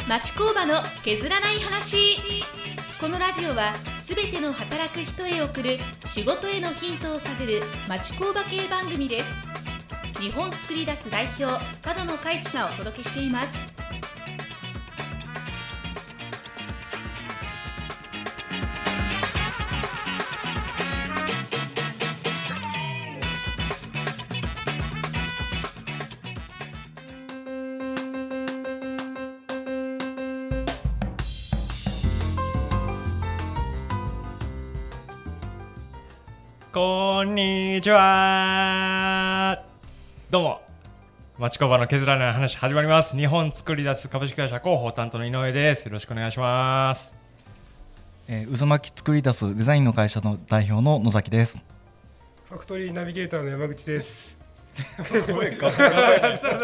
町工場の削らない話。このラジオはすべての働く人へ送る仕事へのヒントを探る町工場系番組です。日本作り出す代表角野海地がお届けしています。 こんにちは。どうも、町工場の削らない話始まります。日本作り出す株式会社広報担当の井上です。よろしくお願いします。 渦巻き作り出すデザインの会社の代表の野崎です。 ファクトリーナビゲーターの山口です。 声ガサガサ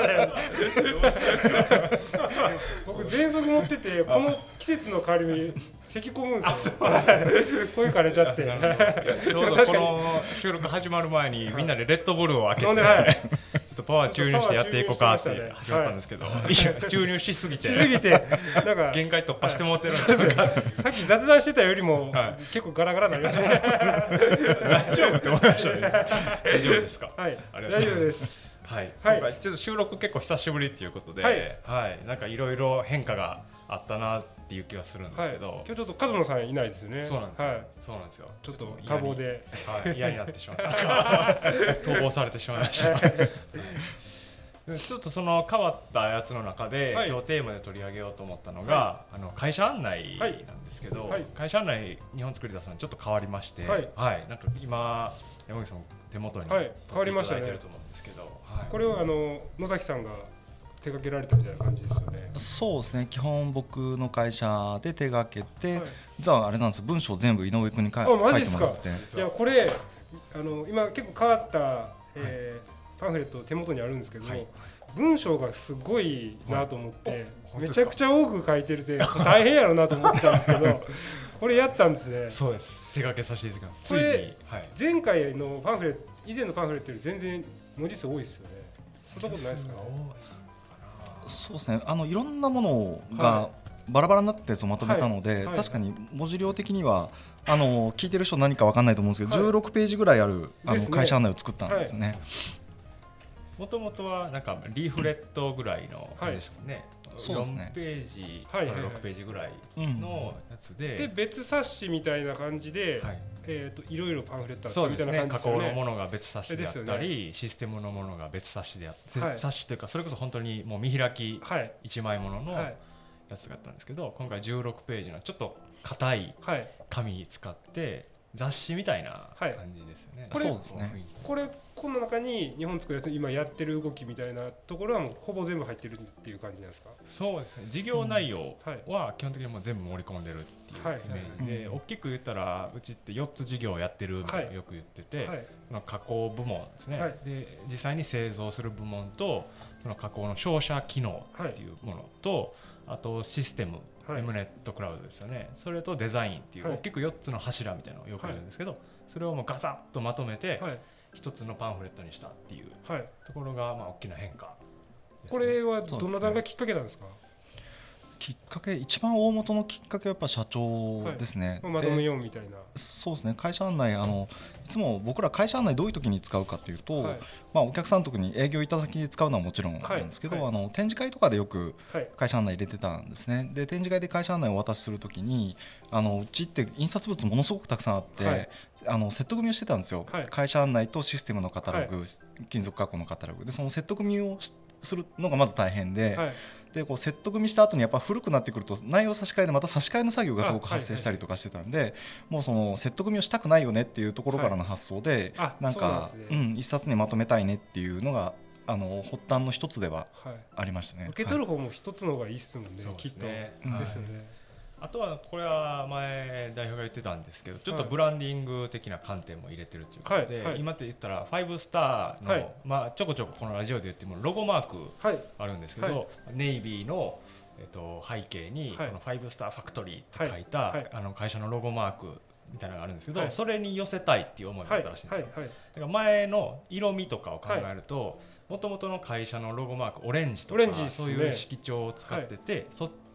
僕喘息持ってて、この季節の変わりに咳込むんですよ。声枯れちゃって。 ちょうどこの収録始まる前にみんなでレッドブルを開けて、ちょっとパワー注入してやっていこうかって始まったんですけど、注入しすぎてなんか限界突破してもうてるんですけど、 さっき雑談してたよりも結構ガラガラになりました。 大丈夫って思いましたね。大丈夫ですか？ はい、大丈夫です。 はい、今回ちょっと収録結構久しぶりということで、なんかいろいろ変化があったなっていう気がするんですけど、 今日ちょっと角野さんいないですよね。 そうなんですよ。そうなんですよ。 ちょっと多忙で嫌になってしまった。逃亡されてしまいました。ちょっとその変わったやつの中で、今日テーマで取り上げようと思ったのが、会社案内なんですけど、会社案内日本作り出すのちょっと変わりまして、なんか今山口さん手元に変わりましたね。 と思うんですけど、 これを野崎さんが手掛けられたみたいな感じですよね。 そうですね。基本僕の会社で手掛けて、じゃああれなんです。文章全部井上君に書いてもらって。 いやこれ今結構変わったパンフレット手元にあるんですけど、文章がすごいなと思って、めちゃくちゃ多く書いてるって大変やろなと思ってたんですけど、これやったんですね。 そうです。手掛けさせていただきます。 これ前回のパンフレット、以前のパンフレットより全然文字数多いですよね。そんなことないですか？ そうですね。いろんなものがバラバラになったやつをまとめたので、確かに文字量的には聞いてる人何か分かんないと思うんですけど、16ページぐらいある会社案内を作ったんですね。 もともとはなんかリーフレットぐらいのあれですもんね。4ページから6ページぐらいのやつで、 別冊子みたいな感じでいろいろパンフレットあったみたいな感じですよね。加工のものが別冊子であったり、システムのものが別冊子であったり、冊子というかそれこそ本当にもう見開き1枚もののやつがあったんですけど、今回16ページのちょっと硬い紙使って雑誌みたいな感じですよね。 そうですね。 この中に日本作るやつ今やってる動きみたいなところはもうほぼ全部入ってるっていう感じなんですか？ そうですね。事業内容は基本的にもう全部盛り込んでるっていうイメージで、大きく言ったらうちって4つ事業をやってるみたいなよく言ってて、その加工部門ですね。で実際に製造する部門とその加工の商社機能っていうものと、あとシステム、Mネットクラウドですよね。それとデザインっていう大きく4つの柱みたいなのをよく言うんですけど、それをもうガサッとまとめて一つのパンフレットにしたっていうところが大きな変化ですね。 これはどなたがきっかけなんですか？ きっかけ、一番大元のきっかけはやっぱ社長ですね。 まとめようみたいな。 そうですね。会社案内いつも僕ら会社案内どういう時に使うかというと、お客さん特に営業いただきで使うのはもちろんなんですけど、展示会とかでよく会社案内入れてたんですね。で展示会で会社案内をお渡しする時にうちって印刷物ものすごくたくさんあって、セット組みをしてたんですよ。会社案内とシステムのカタログ、金属加工のカタログで、そのセット組みをするのがまず大変で、でこうセット組みした後にやっぱ古くなってくると内容差し替えでまた差し替えの作業がすごく発生したりとかしてたんで、もうそのセット組みをしたくないよねっていうところからの発想で、なんか一冊にまとめたいねっていうのが発端の一つではありましたね。 受け取る方も一つの方がいいっすもんね、きっとですよね。 あとはこれは前代表が言ってたんですけど、ちょっとブランディング的な観点も入れてるということで、今って言ったら5スターのちょこちょここのラジオで言ってもロゴマークあるんですけど、ネイビーの背景にこの5スターファクトリーって書いた会社のロゴマークみたいなのがあるんですけど、それに寄せたいっていう思いがあったらしいんですよ。だから前の色味とかを考えると、もともとの会社のロゴマークオレンジとかそういう色調を使ってて、そっ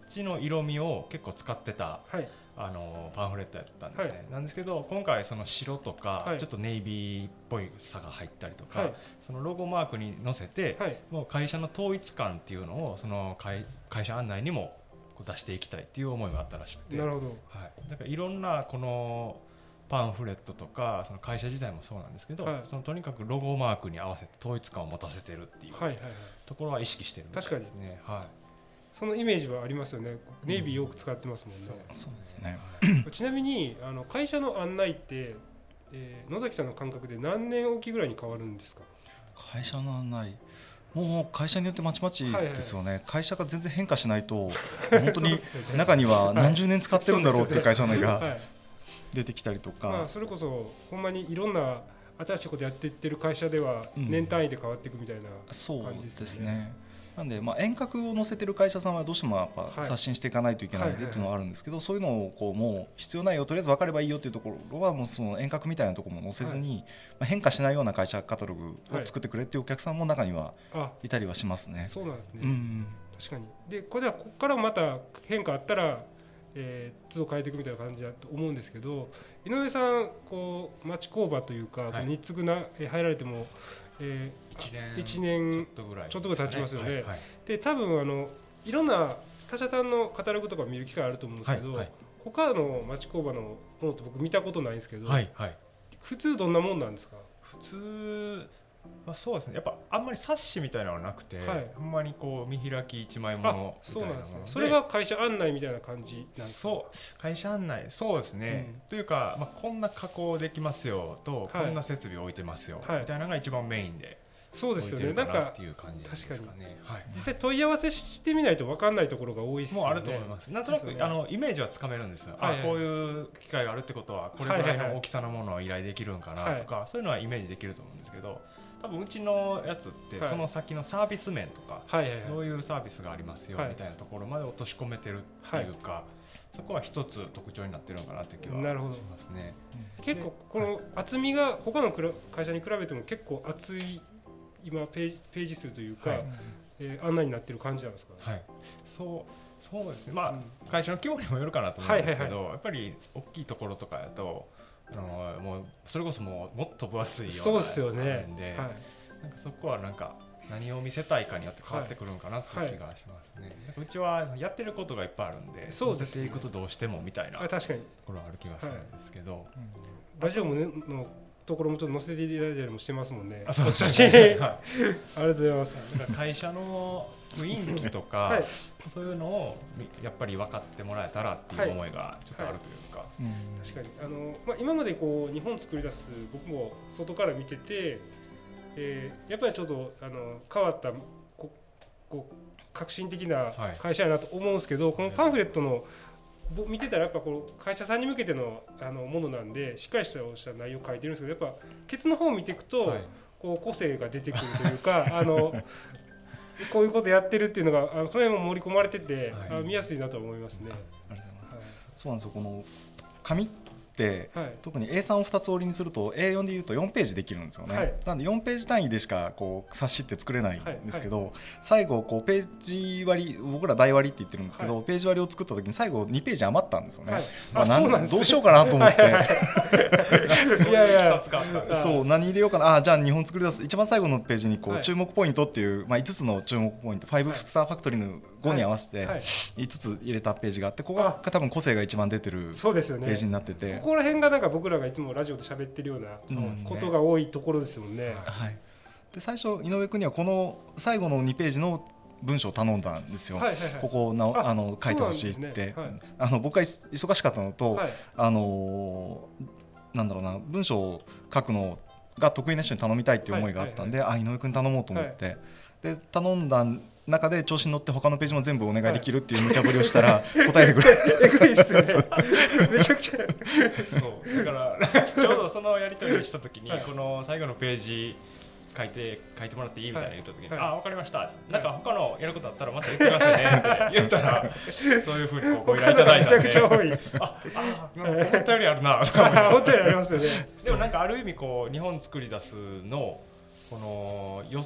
ちの色味を結構使ってた、はい、パンフレットやったんですね、はい、なんですけど今回その白とか、はい、ちょっとネイビーっぽい差が入ったりとか、はい、そのロゴマークに載せて、はい、もう会社の統一感っていうのをその会社案内にも出していきたいっていう思いがあったらしくて、 なるほど、 はい、だからいろんなこのパンフレットとかその会社自体もそうなんですけど、はい、そのとにかくロゴマークに合わせて統一感を持たせてるっていうところは意識してるみたいですね。確かに、はい、 そのイメージはありますよね。ネイビーよく使ってますもんね。 そうですね。 ちなみに会社の案内って、野崎さんの感覚で何年おきぐらいに変わるんですか？ 会社の案内もう会社によってまちまちですよね、はいはい、会社が全然変化しないと本当に中には何十年使ってるんだろうっていう会社のが出てきたりとか、 まあ、それこそほんまにいろんな新しいことやっていってる会社では年単位で変わっていくみたいな感じですね、 そうですね。なんで、遠隔を載せてる会社さんはどうしてもやっぱ刷新していかないといけないっていうのはあるんですけど、そういうのをこうもう必要ないよとりあえず分かればいいよっていうところはもうその遠隔みたいなところも載せずに、変化しないような会社カタログを作ってくれっていうお客さんも中にはいたりはしますね。 そうなんですね、確かに。でこれはここからまた変化あったら都度変えていくみたいな感じだと思うんですけど、井上さんこう町工場というか、はい、日継入られても1年ちょっとぐらい経ちますよね。で多分いろんな他社さんのカタログとか見る機会あると思うんですけど、はいはい、他の町工場のものって僕見たことないんですけど、はいはい、普通どんなもんなんですか？ 普通はそうですね、やっぱあんまり冊子みたいなのはなくて、はい、あんまりこう見開き一枚ものみたいなもので、 それが会社案内みたいな感じなんですか？ そう会社案内、そうですね、というか、こんな加工できますよと、こんな設備置いてますよ、みたいなのが一番メインでそうですよね。なんかっていう感じですかね。はい、 実際問い合わせしてみないと分かんないところが多いですよね。 もうあると思います。なんとなく、イメージはつかめるんですよ。こういう機械があるってことはこれぐらいの大きさのものを依頼できるんかなとか、そういうのはイメージできると思うんですけど、多分うちのやつってその先のサービス面とか、どういうサービスがありますよみたいなところまで落とし込めてるっていうか、そこは一つ特徴になってるのかなという気はしますね。 結構この厚みが他の会社に比べても結構厚い今ページ数というか、案内になってる感じなんですかね。 はい、そうですね。会社の規模にもよるかなと思うんですけど、やっぱり大きいところとかだともうそれこそもっと分厚いようなやつがあるんで、なんかそこはなんか何を見せたいかによって変わってくるんかなっていう気がしますね。うちはやってることがいっぱいあるんで、載せていくとどうしてもみたいなところはある気がするんですけど、 ラジオものところもちょっと載せていただいたりもしてますもんね。 そう写真、ありがとうございます。 会社の雰囲気とか、そういうのをやっぱり分かってもらえたらっていう思いがちょっとあるというか、 確かに今までこう日本作り出す僕も外から見てて、やっぱりちょっと変わったこう革新的な会社やなと思うんですけど、このパンフレットの見てたらやっぱこう会社さんに向けてのものなんでしっかりした内容を書いてるんですけど、やっぱケツの方を見ていくと、こう個性が出てくるというかこういうことやってるっていうのがその辺も盛り込まれてて、見やすいなと思いますね。 ありがとうございます。そうなんですよ。この紙って、特に A3 を2つ折りにすると A4 でいうと4ページできるんですよね。なので4ページ単位でしかこう冊子って作れないんですけど、最後こうページ割り、僕ら台割りって言ってるんですけど、ページ割りを作った時に最後2ページ余ったんですよね。どうしようかなと思ってそう何入れようかな、じゃあ日本作り出す一番最後のページにこう注目ポイントっていう5つの注目ポイント、5スターファクトリーの5に合わせて5つ入れたページがあって、ここが多分個性が一番出てるページになってて、 ここら辺がなんか僕らがいつもラジオで喋ってるようなことが多いところですもんね。 で最初井上君にはこの最後の2ページの文章を頼んだんですよ。ここを書いてほしいって、僕が忙しかったのと、なんだろうな、文章を書くのが得意な人に頼みたいっていう思いがあったんで、井上君頼もうと思って、で頼んだ中で調子に乗って他のページも全部お願いできるっていう無茶ぶりをしたら答えてくれる。 えぐいですよね。めちゃくちゃそうだからちょうどそのやり取りした時に、この最後のページ書いてもらっていいみたいな言った時に、分かりました、なんか他のやることあったらまた言ってくださいねって言ったらそういうふうにご依頼いただいたんで、めちゃくちゃ多い。思ったよりあるなとか思ったよりありますよね。 でもなんかある意味こう日本作り出すのこの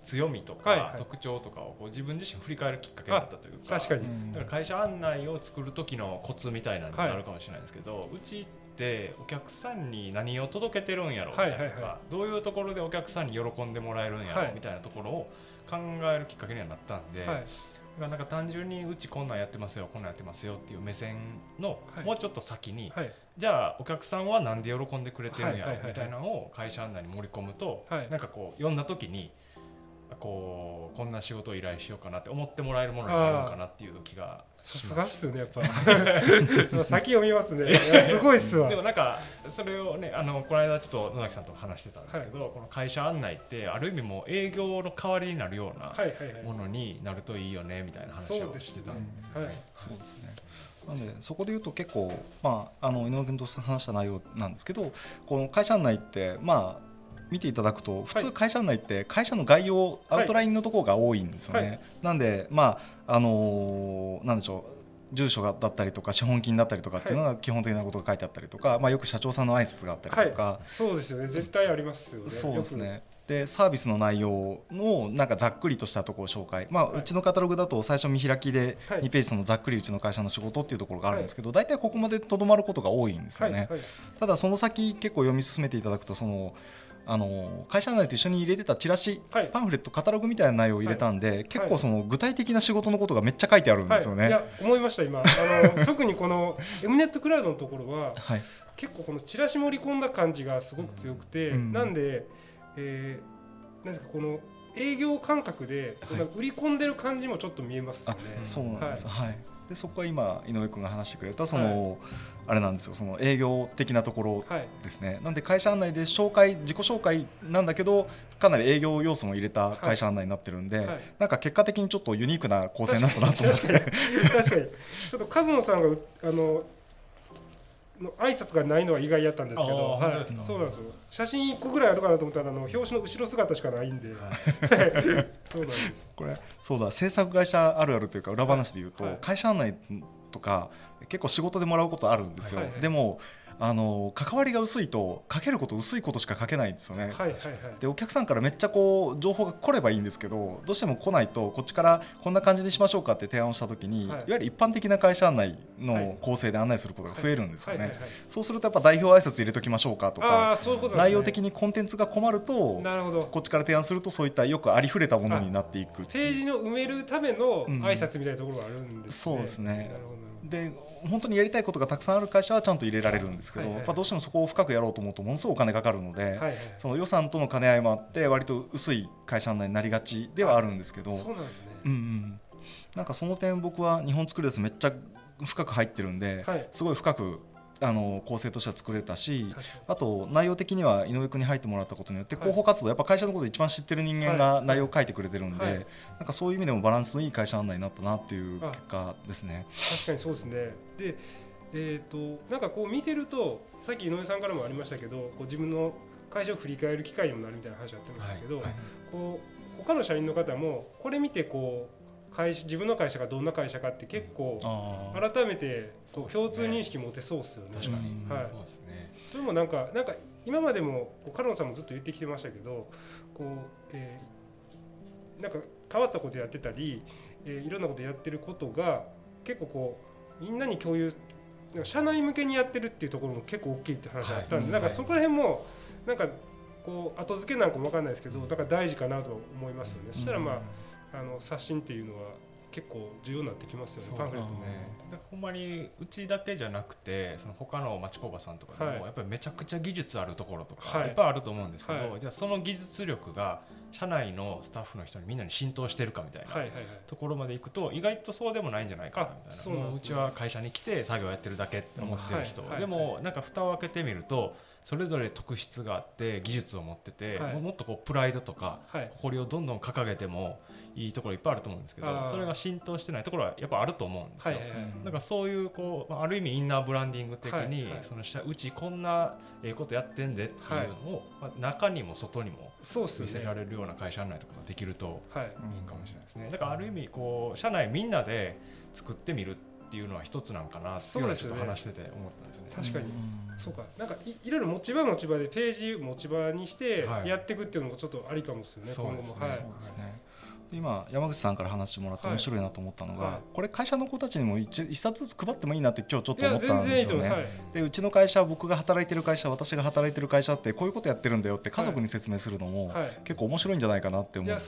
強みとか特徴とかをこう自分自身振り返るきっかけだったというか、 確かにだから会社案内を作る時のコツみたいなのがあるかもしれないですけど、うちってお客さんに何を届けてるんやろみたいなとか、どういうところでお客さんに喜んでもらえるんやろみたいなところを考えるきっかけにはなったんで、なんか単純にうちこんなんやってますよこんなんやってますよっていう目線のもうちょっと先に、じゃあお客さんはなんで喜んでくれてるんやろみたいなのを会社案内に盛り込むと、なんかこう読んだ時にこんな仕事を依頼しようかなって思ってもらえるものになるのかなっていう気がさすがっすよねやっぱ先読みますね。すごいっすわ。 でもなんかそれをねこの間ちょっと野崎さんと話してたんですけど、この会社案内ってある意味もう営業の代わりになるようなものになるといいよねみたいな話をしてたんで、 そうですね。なんでそこで言うと結構、井上君と話した内容なんですけど、この会社案内って見ていただくと普通会社案内って会社の概要アウトラインのところが多いんですよね。なんでなんでしょう、住所だったりとか資本金だったりとかっていうのが基本的なことが書いてあったりとか、よく社長さんの挨拶があったりとか、 そうですよね、絶対ありますよね。 そうですね。でサービスの内容のなんかざっくりとしたところを紹介、うちのカタログだと最初見開きで2ページそのざっくりうちの会社の仕事っていうところがあるんですけど、大体ここまでとどまることが多いんですよね。ただその先結構読み進めていただくと、その会社内と一緒に入れてたチラシ、パンフレットカタログみたいな内容を入れたんで、結構その具体的な仕事のことがめっちゃ書いてあるんですよね。 いや思いました今特にこの Mnet クラウドのところは、結構このチラシ盛り込んだ感じがすごく強くて、なんで、なんですかこの営業感覚で売り込んでる感じもちょっと見えますよね。 そうなんです。でそこは今井上君が話してくれたその、あれなんですよ、その営業的なところですね。なんで会社案内で自己紹介なんだけどかなり営業要素も入れた会社案内になってるんで、なんか結果的にちょっとユニークな構成になったなと思って。確かにちょっと和野さんがの挨拶がないのは意外やったんですけど、そうなんですよ。写真1個ぐらいあるかなと思ったら表紙の後ろ姿しかないんで、そうなんです。 これそうだ、制作会社あるあるというか裏話で言うと、会社案内とか結構仕事でもらうことあるんですよ。でも関わりが薄いと書けること薄いことしか書けないんですよね。でお客さんからめっちゃこう情報が来ればいいんですけど、どうしても来ないとこっちからこんな感じにしましょうかって提案をした時に、いわゆる一般的な会社案内の構成で案内することが増えるんですよね。そうするとやっぱ代表挨拶入れときましょうかとか、内容的にコンテンツが困るとこっちから提案するとそういったよくありふれたものになっていく。 ページの埋めるための挨拶みたいなところがあるんですね。 そうですね。で本当にやりたいことがたくさんある会社はちゃんと入れられるんですけど、やっぱどうしてもそこを深くやろうと思うとものすごいお金かかるので、その予算との兼ね合いもあって割と薄い会社案内になりがちではあるんですけど、なんかその点僕は日本作るやつめっちゃ深く入ってるんで、すごい深く構成としては作れたし、あと内容的には井上君に入ってもらったことによって広報活動、やっぱ会社のことを一番知ってる人間が内容を書いてくれてるんで、なんかそういう意味でもバランスのいい会社案内になったなっていう結果ですね。 確かにそうですね。でなんかこう見てるとさっき井上さんからもありましたけど、こう自分の会社を振り返る機会にもなるみたいな話があったんですけど、こう他の社員の方もこれ見てこう自分の会社がどんな会社かって結構改めて共通認識持てそうですよね。 確かに。 それもなんか今までもカノンさんもずっと言ってきてましたけど、こう、なんか変わったことやってたり、いろんなことやってることが結構こうみんなに共有、なんか社内向けにやってるっていうところも結構大きいって話があったんで、なんかそこら辺もなんかこう後付けなんかも分かんないですけど、だから大事かなと思いますよね。そしたら刷新っていうのは結構重要になってきますよね。パンフレットね。 ほんまにうちだけじゃなくて、その他の町工場さんとかでもやっぱりめちゃくちゃ技術あるところとかいっぱいあると思うんですけど、じゃあその技術力が社内のスタッフの人にみんなに浸透してるかみたいなところまでいくと意外とそうでもないんじゃないかなみたいな。うちは会社に来て作業やってるだけって思ってる人、でもなんか蓋を開けてみるとそれぞれ特質があって技術を持ってて、もっとこうプライドとか誇りをどんどん掲げてもいいところいっぱいあると思うんですけど、それが浸透してないところはやっぱあると思うんですよ。だからそういうこうある意味インナーブランディング的にそのうちこんなことやってんでっていうのを中にも外にも見せられるような会社案内とかができるといいかもしれないですね。だからある意味こう社内みんなで作ってみるっっていうのは一つなんかなっていうのはちょっと話してて思ったんですよね。 確かに、そうか、なんかいろいろ持ち場でページ持ち場にしてやっていくっていうのもちょっとありかもですよね、今後も。そうですね。 今山口さんから話してもらって面白いなと思ったのが、これ会社の子たちにも一冊ずつ配ってもいいなって今日ちょっと思ったんですよね。でうちの会社、僕が働いてる会社、私が働いてる会社ってこういうことやってるんだよって家族に説明するのも結構面白いんじゃないかなって思って、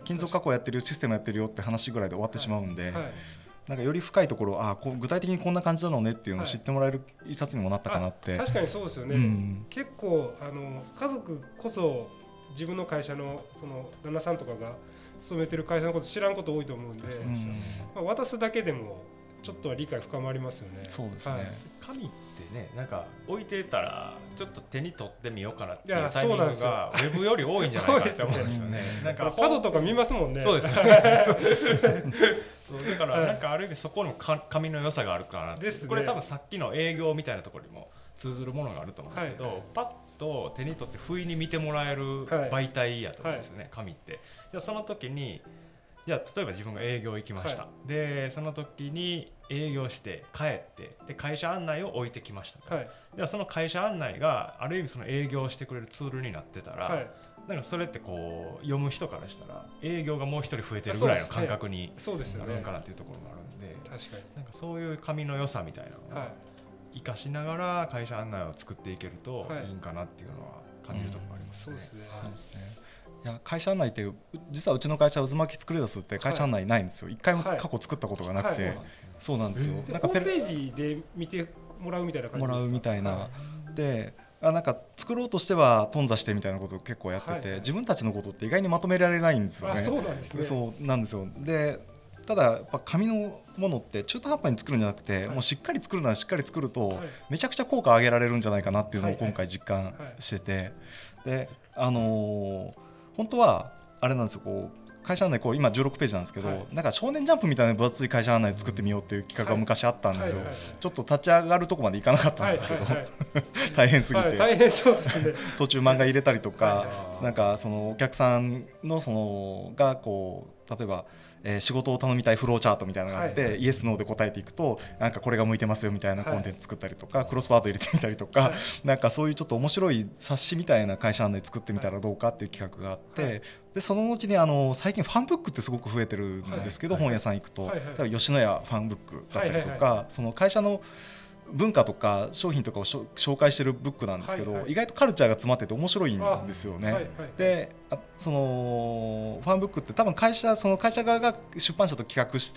金属加工やってるよ、システムやってるよって話ぐらいで終わってしまうんで、なんかより深いところ、具体的にこんな感じなのねっていうのを知ってもらえる一冊にもなったかなって。 確かにそうですよね。結構家族こそ自分の会社のその旦那さんとかが勤めてる会社のこと知らんこと多いと思うんで、渡すだけでもちょっとは理解深まりますよね。 そうですね。 紙ってね、なんか置いてたらちょっと手に取ってみようかなっていうタイミングがウェブより多いんじゃないかって思うんですよね。なんかパドとか見ますもんね。 そうですよね。だからなんかある意味そこにも紙の良さがあるかなって。これ多分さっきの営業みたいなところにも通ずるものがあると思うんですけど、パッと手に取って不意に見てもらえる媒体やと思うんですよね、紙って。じゃあその時に、じゃあ例えば自分が営業行きました、でその時に営業して帰ってで会社案内を置いてきました、ではその会社案内がある意味その営業してくれるツールになってたら、なんかそれってこう読む人からしたら営業がもう一人増えてるぐらいの感覚になるんかなっていうところがあるんで、なんかそういう紙の良さみたいなのを生かしながら会社案内を作っていけるといいんかなっていうのは感じるところがありますね。 そうですね。いや会社案内って実はうちの会社は渦巻き作り出すって会社案内ないんですよ。一回も過去作ったことがなくて、そうなんですよ。 なんかホームページで見てもらうみたいな感じですか。 もらうみたいな。で、なんか作ろうとしては頓挫してみたいなことを結構やってて、自分たちのことって意外にまとめられないんですよね。 そうなんですね。 そうなんですよ。で、ただやっぱ紙のものって中途半端に作るんじゃなくて、もうしっかり作るならしっかり作るとめちゃくちゃ効果を上げられるんじゃないかなっていうのを今回実感してて、で本当はあれなんですよ、こう会社案内今16ページなんですけど、なんか少年ジャンプみたいな分厚い会社案内を作ってみようっていう企画が昔あったんですよ。ちょっと立ち上がるとこまでいかなかったんですけど、大変すぎて途中漫画入れたりとか、なんかそのお客さんのがこう例えば仕事を頼みたいフローチャートみたいなのがあって、イエスノーで答えていくとなんかこれが向いてますよみたいなコンテンツ作ったりとか、クロスワード入れてみたりとか、なんかそういうちょっと面白い冊子みたいな会社案内作ってみたらどうかっていう企画があって、でその後に最近ファンブックってすごく増えてるんですけど、本屋さん行くと吉野家ファンブックだったりとか、その会社の文化とか商品とかを紹介してるブックなんですけど、意外とカルチャーが詰まってて面白いんですよね。でそのファンブックって多分その会社側が出版社と企画して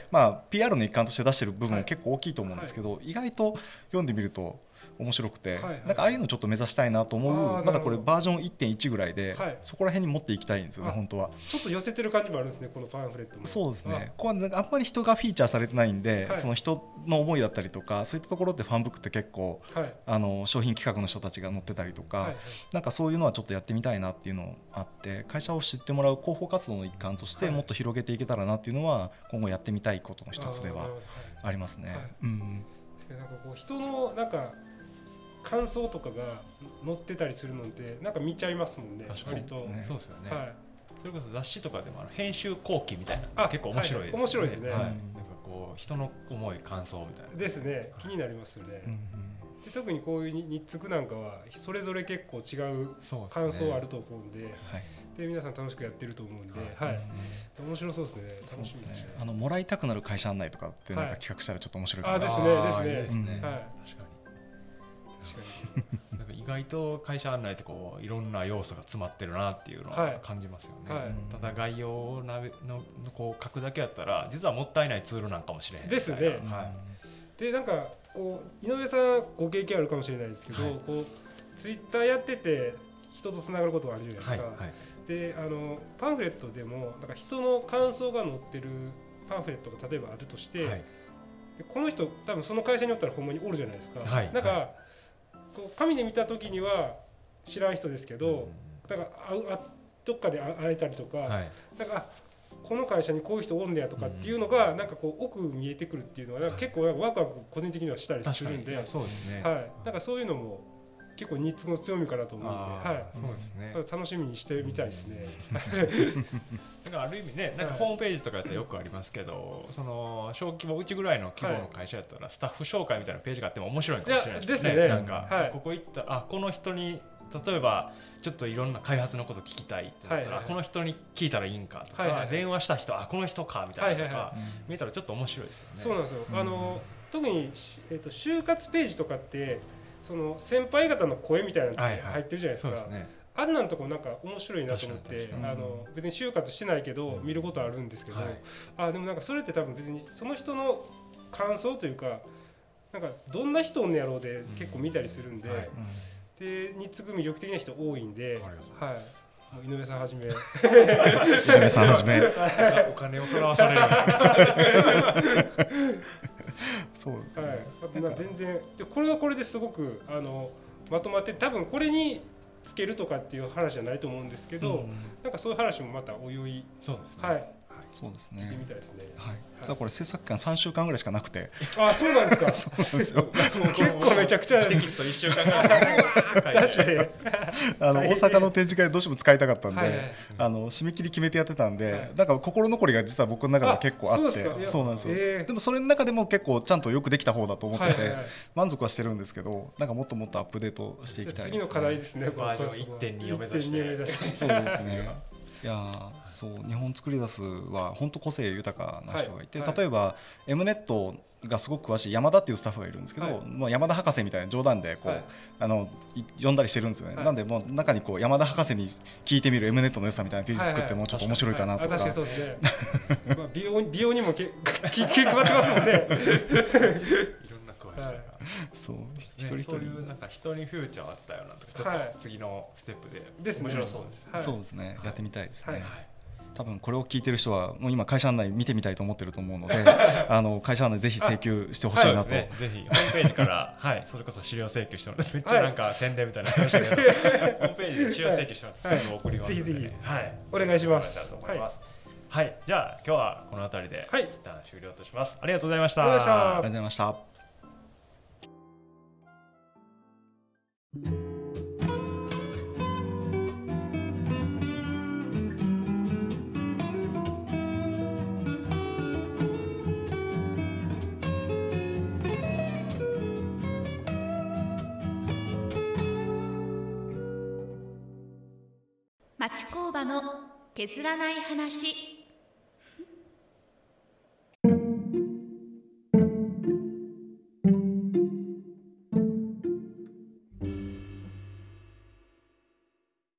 、PR の一環として出してる部分も結構大きいと思うんですけど、意外と読んでみると面白くて、なんかああいうのちょっと目指したいなと思う。まだこれバージョン 1.1 ぐらいで、そこら辺に持っていきたいんですよね、本当は。 ちょっと寄せてる感じもあるんですね、このパンフレットも。 そうですね。ここはあんまり人がフィーチャーされてないんで、その人の思いだったりとか、そういったところってファンブックって結構、商品企画の人たちが載ってたりとか、なんかそういうのはちょっとやってみたいなっていうのあって、会社を知ってもらう広報活動の一環としてもっと広げていけたらなっていうのは今後やってみたいことの一つではありますね。なんかこう人のなんか感想とかが載ってたりするのってなんか見ちゃいますもんね。 割とそうですよね。それこそ雑誌とかでも編集後期みたいな結構面白いですね。 面白いですね。 なんかこう人の思い感想みたいなですね。気になりますよね。で特にこういう日付なんかはそれぞれ結構違う感想あると思うんで、で皆さん楽しくやってると思うんで、面白そうですね。楽しみですね。 もらいたくなる会社案内とかってなんか企画したらちょっと面白いかな。 ですね。確かになんか意外と会社案内ってこういろんな要素が詰まってるなっていうのは感じますよね。ただ概要のこう書くだけやったら実はもったいないツールなんかもしれへんですね。でなんかこう井上さんご経験あるかもしれないですけど、こうツイッターやってて人とつながることがあるじゃないですか。でパンフレットでもなんか人の感想が載ってるパンフレットが例えばあるとして、この人多分その会社によったらほんまにおるじゃないですか。なんかこう紙で見た時には知らん人ですけど、だからどっかで会えたりとか、なんかこの会社にこういう人おんねやとかっていうのがなんかこう奥見えてくるっていうのはなんか結構ワクワク個人的にはしたりするんで、なんかそういうのも結構ニッツの強みかなと思うんで、はい、 そうですね。 楽しみにしてみたいですね。 なんかある意味ね、なんかホームページとかやったらよくありますけど、その小規模うちぐらいの規模の会社やったらスタッフ紹介みたいなページがあっても面白いかもしれないですね。なんかここ行ったこの人に例えばちょっといろんな開発のこと聞きたいってなったら、この人に聞いたらいいんかとか、電話した人この人かみたいなのが見えたらちょっと面白いですよね。 そうなんですよ。特に就活ページとかってその先輩方の声みたいなのが入ってるじゃないですか。あんなんとこなんか面白いなと思って、別に就活してないけど見ることあるんですけど、でもなんかそれって多分別にその人の感想というか、なんかどんな人おんねやろうで結構見たりするんで、でニッツ組魅力的な人多いんで、はい。井上さんはじめ、井上さんはじめ、 お金を払わされる。 そうですね。 全然でこれはこれですごくまとまって、多分これにつけるとかっていう話じゃないと思うんですけど、なんかそういう話もまたおいおい、 そうですね。 はい。 そうですね。 みたいですね。 はい。実はこれ制作期間3週間ぐらいしかなくて。 そうなんですか。 そうなんですよ。 結構めちゃくちゃテキスト1週間ぐらい。 確かに。 大阪の展示会でどうしても使いたかったんで、締め切り決めてやってたんで、なんか心残りが実は僕の中では結構あって、そうなんですよ。でもそれの中でも結構ちゃんとよくできた方だと思ってて、満足はしてるんですけど、なんかもっともっとアップデートしていきたいですね。 次の課題ですね。 バージョン 1.2 を目指して。 そうですね。いやそう日本作り出すは本当個性豊かな人がいて、例えば M ネットがすごく詳しい山田っていうスタッフがいるんですけど、まあ山田博士みたいな冗談でこう、呼んだりしてるんですよね。なんでもう中にこう山田博士に聞いてみる M ネットの良さみたいなページ作ってもちょっと面白いかなとか。 確かにそうですね。美容にも気配ってますもんね。 そう一人一人なんか人にフューチャーを当てたようなとかちょっと次のステップで面白そうですね。 そうですね。やってみたいですね。多分これを聞いてる人はもう今会社案内見てみたいと思ってると思うので、会社案内ぜひ請求してほしいなと。 ぜひホームページからそれこそ資料請求してもらって、めっちゃなんか宣伝みたいな話だけど、ホームページで資料請求してもらってすぐ送りますので、ぜひお願いします。 はい、じゃあ今日はこの辺りで一旦終了とします。ありがとうございました。 ありがとうございました。 町工場の削らない話。